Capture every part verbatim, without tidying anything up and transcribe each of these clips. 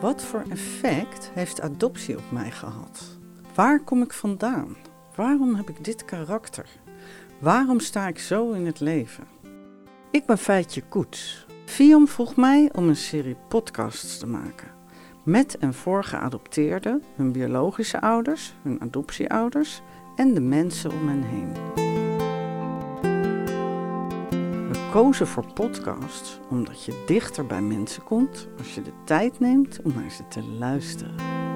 Wat voor effect heeft adoptie op mij gehad? Waar kom ik vandaan? Waarom heb ik dit karakter? Waarom sta ik zo in het leven? Ik ben Feitje Koets. Fion vroeg mij om een serie podcasts te maken. Met en voor geadopteerden, hun biologische ouders, hun adoptieouders en de mensen om hen heen. We kozen voor podcasts omdat je dichter bij mensen komt als je de tijd neemt om naar ze te luisteren.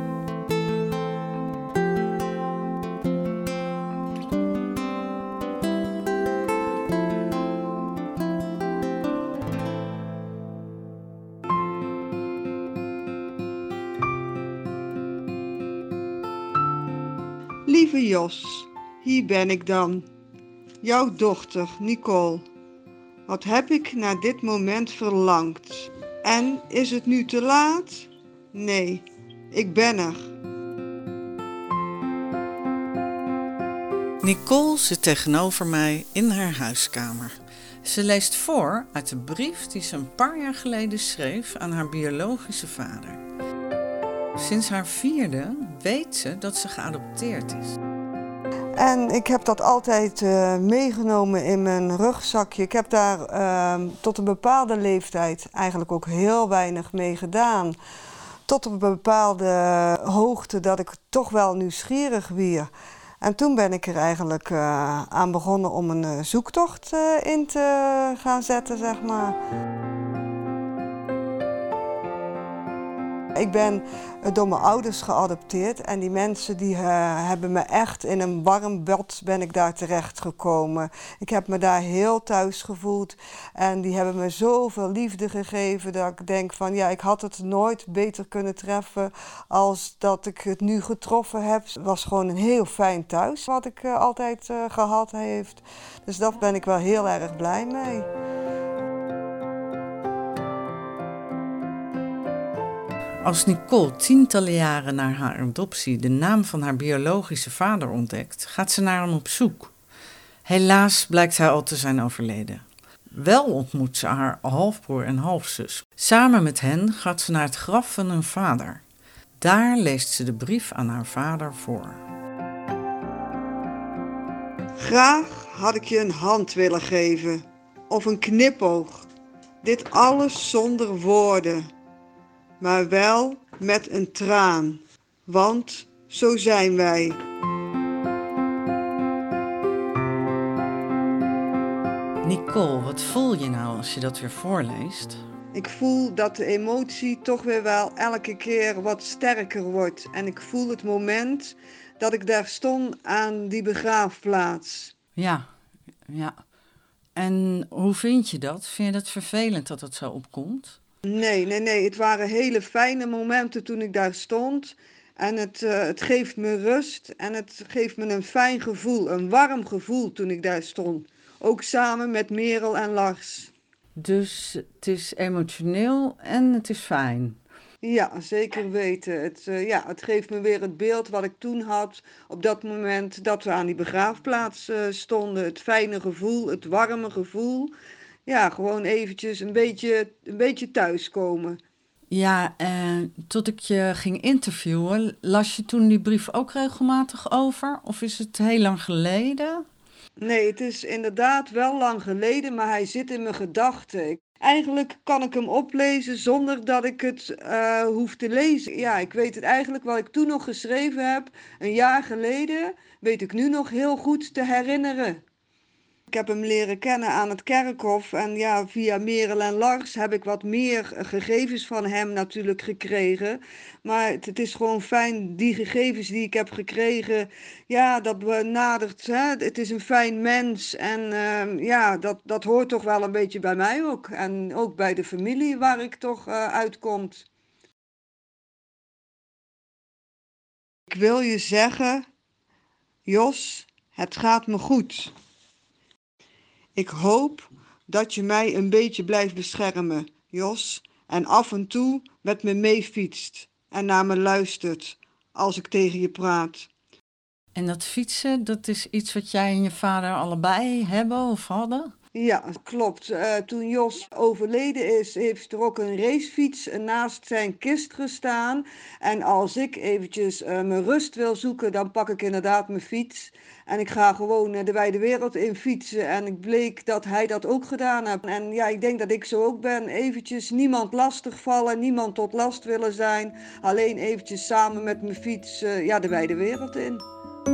Lieve Jos, hier ben ik dan, jouw dochter Nicole. Wat heb ik naar dit moment verlangd? En is het nu te laat? Nee, ik ben er. Nicole zit tegenover mij in haar huiskamer. Ze leest voor uit de brief die ze een paar jaar geleden schreef aan haar biologische vader. Sinds haar vierde weet ze dat ze geadopteerd is. En ik heb dat altijd uh, meegenomen in mijn rugzakje. Ik heb daar uh, tot een bepaalde leeftijd eigenlijk ook heel weinig mee gedaan. Tot op een bepaalde hoogte dat ik toch wel nieuwsgierig werd. En toen ben ik er eigenlijk uh, aan begonnen om een uh, zoektocht uh, in te gaan zetten, zeg maar. Ik ben door mijn ouders geadopteerd en die mensen die uh, hebben me echt in een warm bad ben ik daar terecht gekomen. Ik heb me daar heel thuis gevoeld en die hebben me zoveel liefde gegeven dat ik denk van ja, ik had het nooit beter kunnen treffen als dat ik het nu getroffen heb. Het was gewoon een heel fijn thuis wat ik uh, altijd uh, gehad heeft. Dus daar ben ik wel heel erg blij mee. Als Nicole tientallen jaren na haar adoptie de naam van haar biologische vader ontdekt, gaat ze naar hem op zoek. Helaas blijkt hij al te zijn overleden. Wel ontmoet ze haar halfbroer en halfzus. Samen met hen gaat ze naar het graf van hun vader. Daar leest ze de brief aan haar vader voor. Graag had ik je een hand willen geven, of een knipoog. Dit alles zonder woorden. Maar wel met een traan, want zo zijn wij. Nicole, wat voel je nou als je dat weer voorleest? Ik voel dat de emotie toch weer wel elke keer wat sterker wordt. En ik voel het moment dat ik daar stond aan die begraafplaats. Ja, ja. En hoe vind je dat? Vind je dat vervelend dat het zo opkomt? Nee, nee, nee. Het waren hele fijne momenten toen ik daar stond. En het, uh, het geeft me rust en het geeft me een fijn gevoel, een warm gevoel toen ik daar stond. Ook samen met Merel en Lars. Dus het is emotioneel en het is fijn. Ja, zeker weten. Het, uh, ja, het geeft me weer het beeld wat ik toen had op dat moment dat we aan die begraafplaats uh, stonden. Het fijne gevoel, het warme gevoel. Ja, gewoon eventjes een beetje, een beetje thuiskomen. Ja, en tot ik je ging interviewen, las je toen die brief ook regelmatig over? Of is het heel lang geleden? Nee, het is inderdaad wel lang geleden, maar hij zit in mijn gedachten. Eigenlijk kan ik hem oplezen zonder dat ik het uh, hoef te lezen. Ja, ik weet het eigenlijk wat ik toen nog geschreven heb, een jaar geleden, weet ik nu nog heel goed te herinneren. Ik heb hem leren kennen aan het kerkhof en ja, via Merel en Lars heb ik wat meer gegevens van hem natuurlijk gekregen. Maar het, het is gewoon fijn, die gegevens die ik heb gekregen, ja, dat benadert, hè? Het is een fijn mens en uh, ja, dat, dat hoort toch wel een beetje bij mij ook. En ook bij de familie waar ik toch uh, uitkom. Ik wil je zeggen, Jos, het gaat me goed. Ik hoop dat je mij een beetje blijft beschermen, Jos, en af en toe met me meefietst en naar me luistert als ik tegen je praat. En dat fietsen, dat is iets wat jij en je vader allebei hebben of hadden? Ja, klopt. Eh, toen Jos overleden is, heeft er ook een racefiets naast zijn kist gestaan. En als ik eventjes eh, mijn rust wil zoeken, dan pak ik inderdaad mijn fiets. En ik ga gewoon eh, de wijde wereld in fietsen. En ik bleek dat hij dat ook gedaan heeft. En ja, ik denk dat ik zo ook ben. Eventjes niemand lastigvallen, niemand tot last willen zijn. Alleen eventjes samen met mijn fiets eh, ja, de wijde wereld in.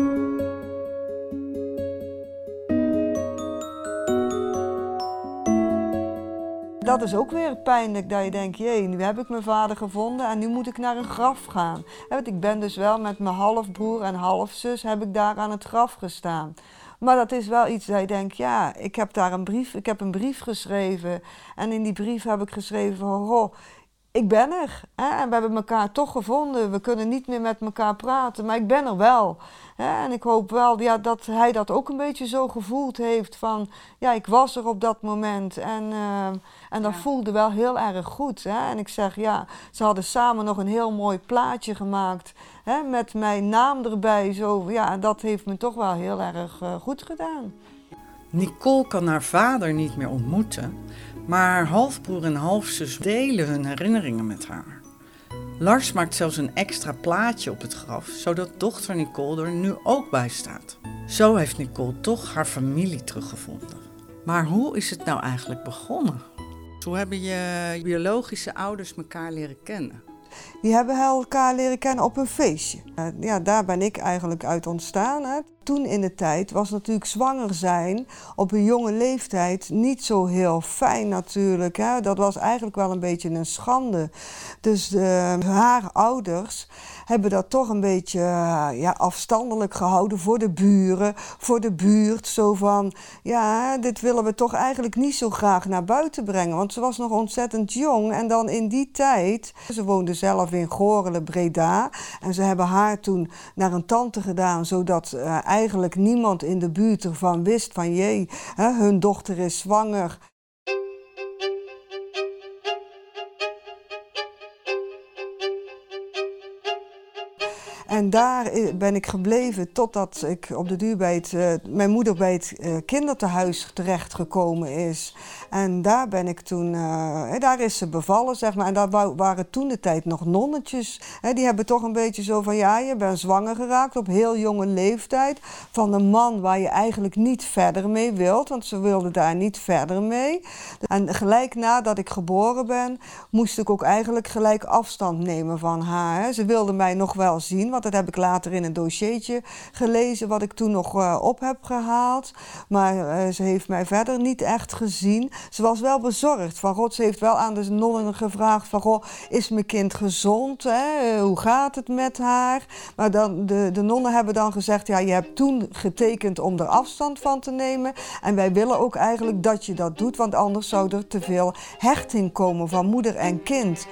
Dat is ook weer pijnlijk, dat je denkt, jee, nu heb ik mijn vader gevonden en nu moet ik naar een graf gaan. Want ik ben dus wel met mijn halfbroer en halfzus heb ik daar aan het graf gestaan. Maar dat is wel iets dat je denkt, ja, ik heb daar een brief, ik heb een brief geschreven. En in die brief heb ik geschreven van, goh, ik ben er. Hè? En we hebben elkaar toch gevonden. We kunnen niet meer met elkaar praten, maar ik ben er wel. Hè? En ik hoop wel ja, dat hij dat ook een beetje zo gevoeld heeft van... ja, ik was er op dat moment en, uh, en dat ja. voelde wel heel erg goed. Hè? En ik zeg, ja, ze hadden samen nog een heel mooi plaatje gemaakt... hè, met mijn naam erbij. Zo, ja, dat heeft me toch wel heel erg uh, goed gedaan. Nicole kan haar vader niet meer ontmoeten... maar haar halfbroer en halfzus delen hun herinneringen met haar. Lars maakt zelfs een extra plaatje op het graf, zodat dochter Nicole er nu ook bij staat. Zo heeft Nicole toch haar familie teruggevonden. Maar hoe is het nou eigenlijk begonnen? Hoe hebben je biologische ouders elkaar leren kennen? Die hebben elkaar leren kennen op een feestje. Ja, daar ben ik eigenlijk uit ontstaan. Hè. Toen in de tijd was natuurlijk zwanger zijn op een jonge leeftijd niet zo heel fijn natuurlijk. Hè. Dat was eigenlijk wel een beetje een schande. Dus de, haar ouders hebben dat toch een beetje ja, afstandelijk gehouden voor de buren, voor de buurt. Zo van, ja, dit willen we toch eigenlijk niet zo graag naar buiten brengen. Want ze was nog ontzettend jong en dan in die tijd, ze woonde zelf in Goorlen, Breda. En ze hebben haar toen naar een tante gedaan, zodat uh, eigenlijk niemand in de buurt ervan wist van, jee, hè, hun dochter is zwanger. En daar ben ik gebleven totdat ik op de duur bij het, uh, mijn moeder bij het uh, kindertehuis terechtgekomen is. En daar ben ik toen, uh, daar is ze bevallen, zeg maar. En daar waren toen de tijd nog nonnetjes. Hè, die hebben toch een beetje zo van, ja, je bent zwanger geraakt op heel jonge leeftijd. Van een man waar je eigenlijk niet verder mee wilt, want ze wilden daar niet verder mee. En gelijk nadat ik geboren ben, moest ik ook eigenlijk gelijk afstand nemen van haar. Hè. Ze wilde mij nog wel zien, want dat heb ik later in een dossiertje gelezen wat ik toen nog uh, op heb gehaald. Maar uh, ze heeft mij verder niet echt gezien. Ze was wel bezorgd van, God, ze heeft wel aan de nonnen gevraagd van, goh, is mijn kind gezond? Hè? Hoe gaat het met haar? Maar dan, de, de nonnen hebben dan gezegd, ja, je hebt toen getekend om er afstand van te nemen. En wij willen ook eigenlijk dat je dat doet, want anders zou er te veel hechting komen van moeder en kind.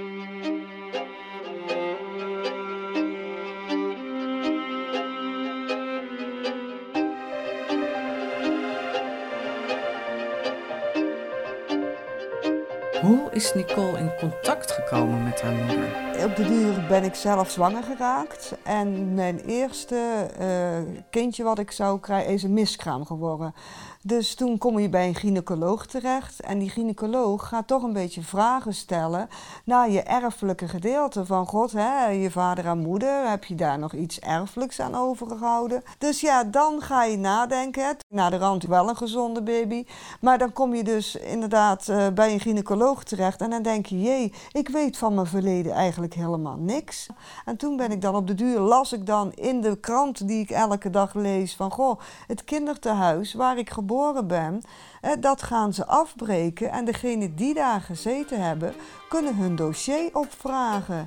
Hoe is Nicole in contact gekomen met haar moeder? Op de duur ben ik zelf zwanger geraakt. En mijn eerste uh, kindje wat ik zou krijgen is een miskraam geworden. Dus toen kom je bij een gynaecoloog terecht. En die gynaecoloog gaat toch een beetje vragen stellen naar je erfelijke gedeelte. Van God, hè, je vader en moeder, heb je daar nog iets erfelijks aan overgehouden? Dus ja, dan ga je nadenken. Na de rand wel een gezonde baby. Maar dan kom je dus inderdaad uh, bij een gynaecoloog terecht. En dan denk je, jee, ik weet van mijn verleden eigenlijk helemaal niks. En toen ben ik dan op de duur, las ik dan in de krant die ik elke dag lees van, goh, het kindertehuis waar ik geboren ben, dat gaan ze afbreken en degenen die daar gezeten hebben, kunnen hun dossier opvragen.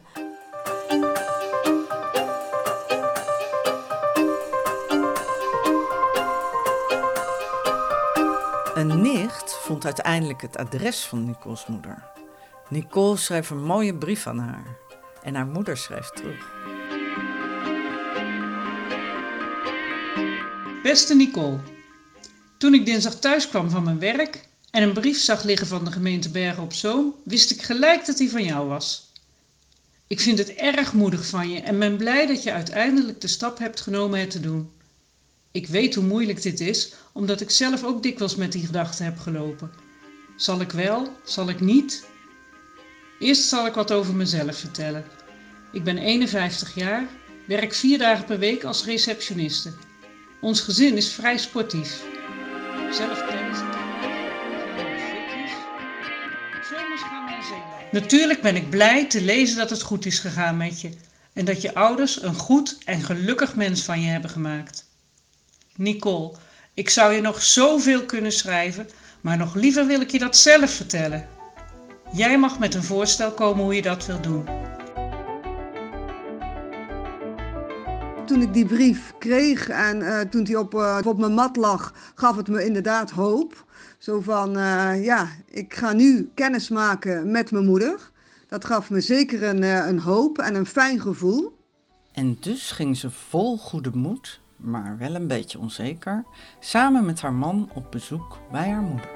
Een nicht vond uiteindelijk het adres van Nicole's moeder. Nicole schreef een mooie brief aan haar en haar moeder schreef terug. Beste Nicole, toen ik dinsdag thuis kwam van mijn werk en een brief zag liggen van de gemeente Bergen op Zoom, wist ik gelijk dat die van jou was. Ik vind het erg moedig van je en ben blij dat je uiteindelijk de stap hebt genomen het te doen. Ik weet hoe moeilijk dit is, omdat ik zelf ook dikwijls met die gedachten heb gelopen. Zal ik wel? Zal ik niet? Eerst zal ik wat over mezelf vertellen. Ik ben eenenvijftig jaar, werk vier dagen per week als receptioniste. Ons gezin is vrij sportief. Zelf tennis ik gaan naar de fitness. Zomers gaan we naar Zeeland. Natuurlijk ben ik blij te lezen dat het goed is gegaan met je en dat je ouders een goed en gelukkig mens van je hebben gemaakt. Nicole, ik zou je nog zoveel kunnen schrijven, maar nog liever wil ik je dat zelf vertellen. Jij mag met een voorstel komen hoe je dat wilt doen. Toen ik die brief kreeg en uh, toen die op, uh, op mijn mat lag, gaf het me inderdaad hoop. Zo van, uh, ja, ik ga nu kennis maken met mijn moeder. Dat gaf me zeker een, uh, een hoop en een fijn gevoel. En dus ging ze vol goede moed, maar wel een beetje onzeker, samen met haar man op bezoek bij haar moeder.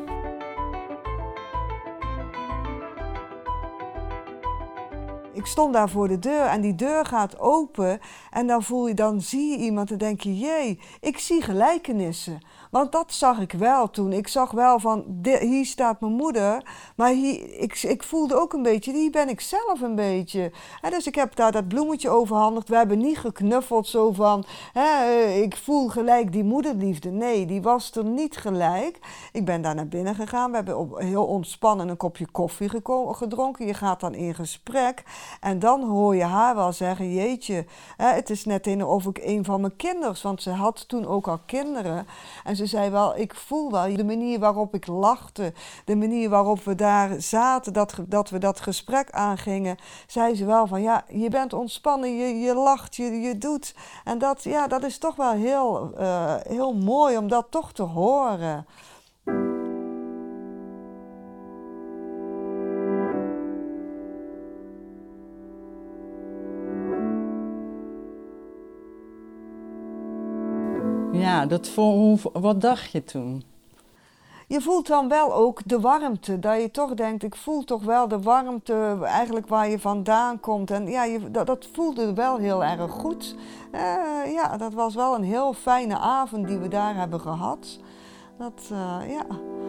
Ik stond daar voor de deur en die deur gaat open en dan, voel je, dan zie je iemand en denk je, jee, ik zie gelijkenissen. Want dat zag ik wel toen. Ik zag wel van, de, hier staat mijn moeder, maar hier, ik, ik voelde ook een beetje, hier ben ik zelf een beetje. En dus ik heb daar dat bloemetje overhandigd. We hebben niet geknuffeld zo van, hè, ik voel gelijk die moederliefde. Nee, die was er niet gelijk. Ik ben daar naar binnen gegaan. We hebben op, heel ontspannen een kopje koffie geko- gedronken. Je gaat dan in gesprek. En dan hoor je haar wel zeggen, jeetje, hè, het is net een of ik een van mijn kinders, want ze had toen ook al kinderen. En ze zei wel, ik voel wel de manier waarop ik lachte, de manier waarop we daar zaten, dat, dat we dat gesprek aangingen, zei ze wel van, ja, je bent ontspannen, je, je lacht, je, je doet. En dat, ja, dat is toch wel heel, uh, heel mooi om dat toch te horen. Ja, dat voor, wat dacht je toen? Je voelt dan wel ook de warmte, dat je toch denkt, ik voel toch wel de warmte eigenlijk waar je vandaan komt. En ja, je, dat, dat voelde wel heel erg goed. Uh, ja, dat was wel een heel fijne avond die we daar hebben gehad. Dat, uh, ja...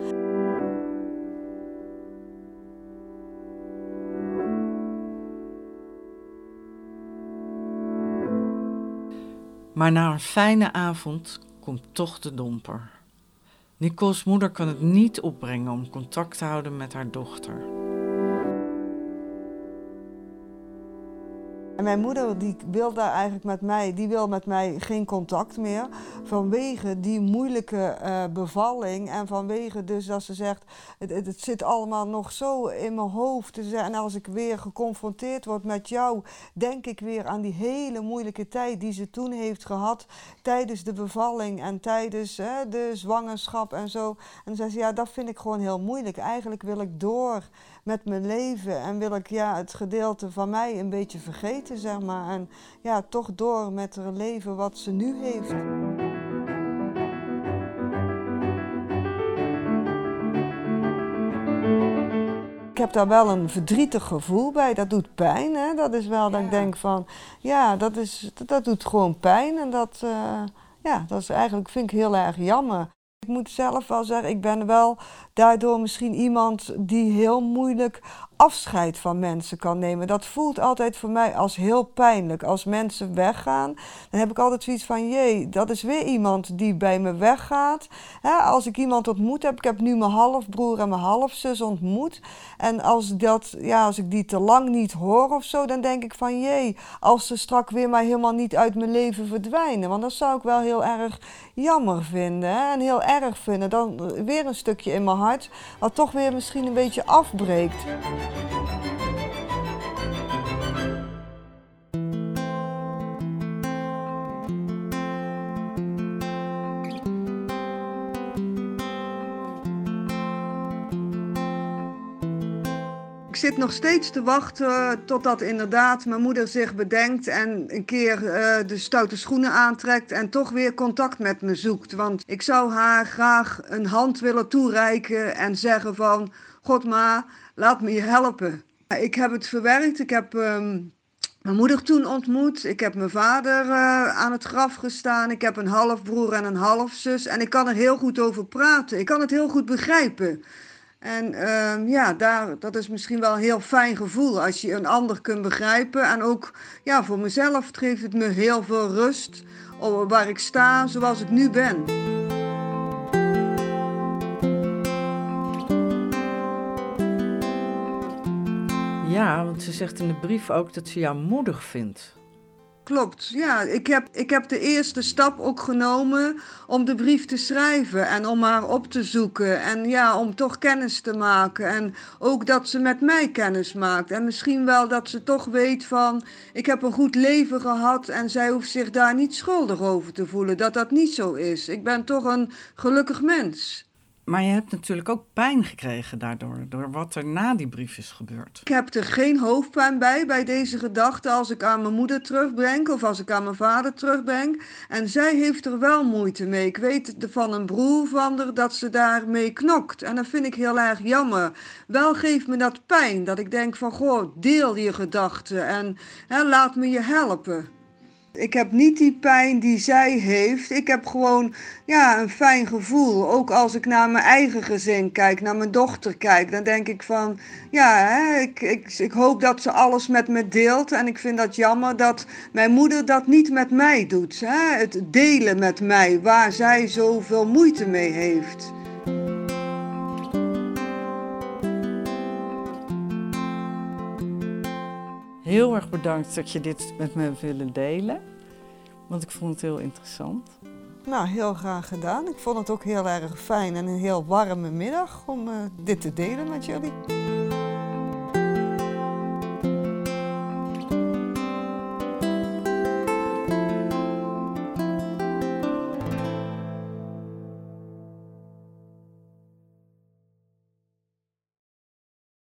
Maar na een fijne avond komt toch de domper. Nicole's moeder kan het niet opbrengen om contact te houden met haar dochter. En mijn moeder die wil daar eigenlijk met mij, die wil met mij geen contact meer. Vanwege die moeilijke uh, bevalling en vanwege dus dat ze zegt, het, het, het zit allemaal nog zo in mijn hoofd. En als ik weer geconfronteerd word met jou, denk ik weer aan die hele moeilijke tijd die ze toen heeft gehad. Tijdens de bevalling en tijdens hè, de zwangerschap en zo. En dan zei ze, ja, dat vind ik gewoon heel moeilijk. Eigenlijk wil ik door met mijn leven en wil ik ja, het gedeelte van mij een beetje vergeten, zeg maar. En ja, toch door met haar leven wat ze nu heeft. Ik heb daar wel een verdrietig gevoel bij. Dat doet pijn, hè. Dat is wel dat ja. Ik denk van, ja, dat, is, dat, dat doet gewoon pijn. En dat, uh, ja, dat is eigenlijk, vind ik heel erg jammer. Ik moet zelf wel zeggen, ik ben wel daardoor misschien iemand die heel moeilijk afscheid van mensen kan nemen. Dat voelt altijd voor mij als heel pijnlijk. Als mensen weggaan, dan heb ik altijd zoiets van, jee, dat is weer iemand die bij me weggaat. Hè, als ik iemand ontmoet heb, ik heb nu mijn halfbroer en mijn halfzus ontmoet. En als, dat, ja, als ik die te lang niet hoor of zo, dan denk ik van, jee, als ze strak weer maar helemaal niet uit mijn leven verdwijnen. Want dat zou ik wel heel erg jammer vinden, hè, en heel erg vinden. Dan weer een stukje in mijn hart, wat toch weer misschien een beetje afbreekt. Ik zit nog steeds te wachten totdat inderdaad mijn moeder zich bedenkt en een keer uh, de stoute schoenen aantrekt en toch weer contact met me zoekt. Want ik zou haar graag een hand willen toereiken en zeggen van, God ma, laat me je helpen. Ik heb het verwerkt, ik heb um, mijn moeder toen ontmoet. Ik heb mijn vader uh, aan het graf gestaan. Ik heb een halfbroer en een halfzus. En ik kan er heel goed over praten. Ik kan het heel goed begrijpen. En uh, ja, daar, dat is misschien wel een heel fijn gevoel als je een ander kunt begrijpen. En ook ja, voor mezelf geeft het me heel veel rust waar ik sta zoals ik nu ben. Ja, want ze zegt in de brief ook dat ze jou moedig vindt. Klopt, ja. Ik heb, ik heb de eerste stap ook genomen om de brief te schrijven en om haar op te zoeken. En ja, om toch kennis te maken. En ook dat ze met mij kennis maakt. En misschien wel dat ze toch weet van, ik heb een goed leven gehad en zij hoeft zich daar niet schuldig over te voelen. Dat dat niet zo is. Ik ben toch een gelukkig mens. Maar je hebt natuurlijk ook pijn gekregen daardoor, door wat er na die brief is gebeurd. Ik heb er geen hoofdpijn bij, bij deze gedachte, als ik aan mijn moeder terugdenk of als ik aan mijn vader terugdenk. En zij heeft er wel moeite mee. Ik weet van een broer van haar dat ze daarmee knokt. En dat vind ik heel erg jammer. Wel geeft me dat pijn, dat ik denk van, goh, deel je gedachten en hè, laat me je helpen. Ik heb niet die pijn die zij heeft. Ik heb gewoon ja, een fijn gevoel. Ook als ik naar mijn eigen gezin kijk, naar mijn dochter kijk. Dan denk ik van, ja, hè, ik, ik, ik hoop dat ze alles met me deelt. En ik vind dat jammer dat mijn moeder dat niet met mij doet. Hè? Het delen met mij, waar zij zoveel moeite mee heeft. Heel erg bedankt dat je dit met me hebt willen delen, want ik vond het heel interessant. Nou, heel graag gedaan. Ik vond het ook heel erg fijn en een heel warme middag om uh, dit te delen met jullie.